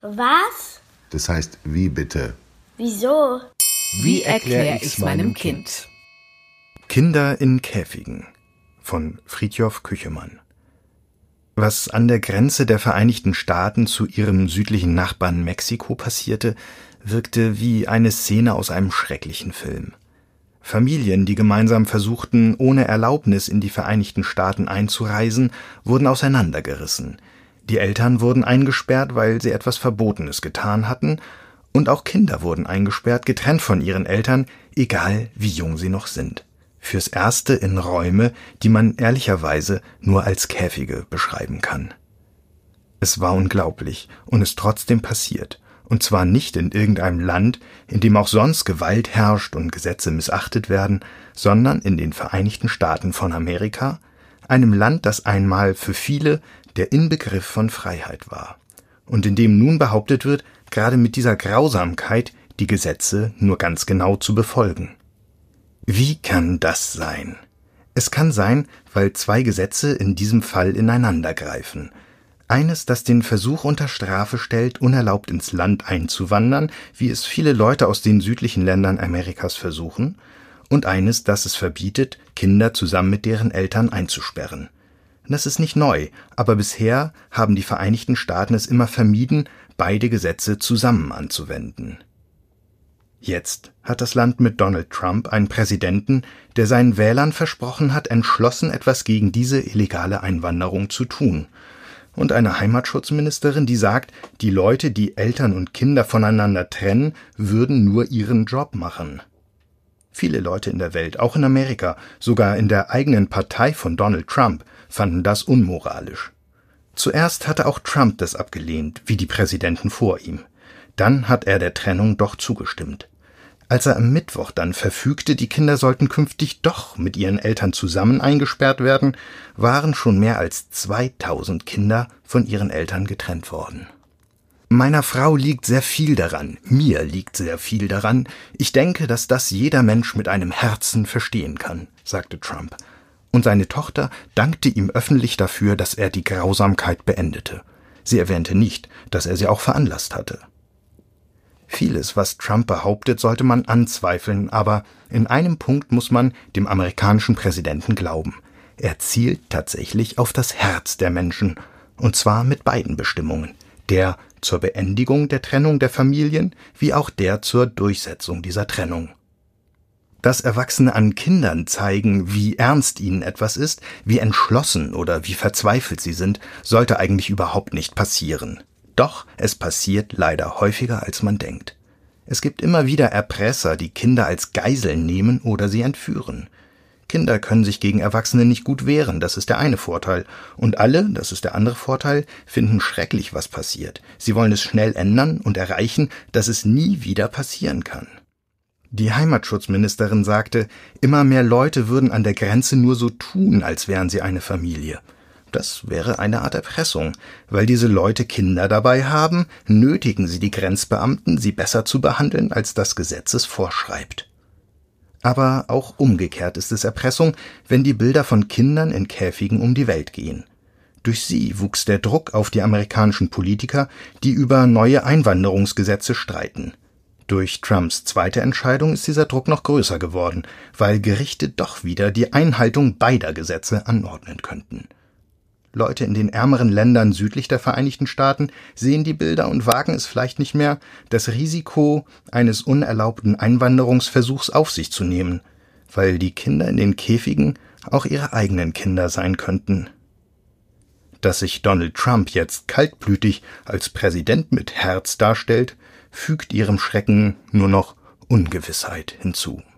Was? Das heißt, wie bitte? Wieso? Wie erkläre ich's meinem Kind? Kinder in Käfigen von Fridtjof Küchemann. Was an der Grenze der Vereinigten Staaten zu ihrem südlichen Nachbarn Mexiko passierte, wirkte wie eine Szene aus einem schrecklichen Film. Familien, die gemeinsam versuchten, ohne Erlaubnis in die Vereinigten Staaten einzureisen, wurden auseinandergerissen. Die Eltern wurden eingesperrt, weil sie etwas Verbotenes getan hatten, und auch Kinder wurden eingesperrt, getrennt von ihren Eltern, egal wie jung sie noch sind. Fürs Erste in Räume, die man ehrlicherweise nur als Käfige beschreiben kann. Es war unglaublich und ist trotzdem passiert. Und zwar nicht in irgendeinem Land, in dem auch sonst Gewalt herrscht und Gesetze missachtet werden, sondern in den Vereinigten Staaten von Amerika, einem Land, das einmal für viele der Inbegriff von Freiheit war. Und in dem nun behauptet wird, gerade mit dieser Grausamkeit die Gesetze nur ganz genau zu befolgen. Wie kann das sein? Es kann sein, weil zwei Gesetze in diesem Fall ineinandergreifen. Eines, das den Versuch unter Strafe stellt, unerlaubt ins Land einzuwandern, wie es viele Leute aus den südlichen Ländern Amerikas versuchen, und eines, das es verbietet, Kinder zusammen mit deren Eltern einzusperren. Das ist nicht neu, aber bisher haben die Vereinigten Staaten es immer vermieden, beide Gesetze zusammen anzuwenden. Jetzt hat das Land mit Donald Trump einen Präsidenten, der seinen Wählern versprochen hat, entschlossen etwas gegen diese illegale Einwanderung zu tun. Und eine Heimatschutzministerin, die sagt, die Leute, die Eltern und Kinder voneinander trennen, würden nur ihren Job machen. Viele Leute in der Welt, auch in Amerika, sogar in der eigenen Partei von Donald Trump, fanden das unmoralisch. Zuerst hatte auch Trump das abgelehnt, wie die Präsidenten vor ihm. Dann hat er der Trennung doch zugestimmt. Als er am Mittwoch dann verfügte, die Kinder sollten künftig doch mit ihren Eltern zusammen eingesperrt werden, waren schon mehr als 2000 Kinder von ihren Eltern getrennt worden. Meiner Frau liegt sehr viel daran, mir liegt sehr viel daran. Ich denke, dass das jeder Mensch mit einem Herzen verstehen kann, sagte Trump. Und seine Tochter dankte ihm öffentlich dafür, dass er die Grausamkeit beendete. Sie erwähnte nicht, dass er sie auch veranlasst hatte. Vieles, was Trump behauptet, sollte man anzweifeln, aber in einem Punkt muss man dem amerikanischen Präsidenten glauben. Er zielt tatsächlich auf das Herz der Menschen, und zwar mit beiden Bestimmungen, der zur Beendigung der Trennung der Familien, wie auch der zur Durchsetzung dieser Trennung. Dass Erwachsene an Kindern zeigen, wie ernst ihnen etwas ist, wie entschlossen oder wie verzweifelt sie sind, sollte eigentlich überhaupt nicht passieren. Doch es passiert leider häufiger, als man denkt. Es gibt immer wieder Erpresser, die Kinder als Geiseln nehmen oder sie entführen. Kinder können sich gegen Erwachsene nicht gut wehren, das ist der eine Vorteil. Und alle, das ist der andere Vorteil, finden schrecklich, was passiert. Sie wollen es schnell ändern und erreichen, dass es nie wieder passieren kann. Die Heimatschutzministerin sagte, immer mehr Leute würden an der Grenze nur so tun, als wären sie eine Familie. Das wäre eine Art Erpressung. Weil diese Leute Kinder dabei haben, nötigen sie die Grenzbeamten, sie besser zu behandeln, als das Gesetz es vorschreibt. Aber auch umgekehrt ist es Erpressung, wenn die Bilder von Kindern in Käfigen um die Welt gehen. Durch sie wuchs der Druck auf die amerikanischen Politiker, die über neue Einwanderungsgesetze streiten. Durch Trumps zweite Entscheidung ist dieser Druck noch größer geworden, weil Gerichte doch wieder die Einhaltung beider Gesetze anordnen könnten. Leute in den ärmeren Ländern südlich der Vereinigten Staaten sehen die Bilder und wagen es vielleicht nicht mehr, das Risiko eines unerlaubten Einwanderungsversuchs auf sich zu nehmen, weil die Kinder in den Käfigen auch ihre eigenen Kinder sein könnten. Dass sich Donald Trump jetzt kaltblütig als Präsident mit Herz darstellt, fügt ihrem Schrecken nur noch Ungewissheit hinzu.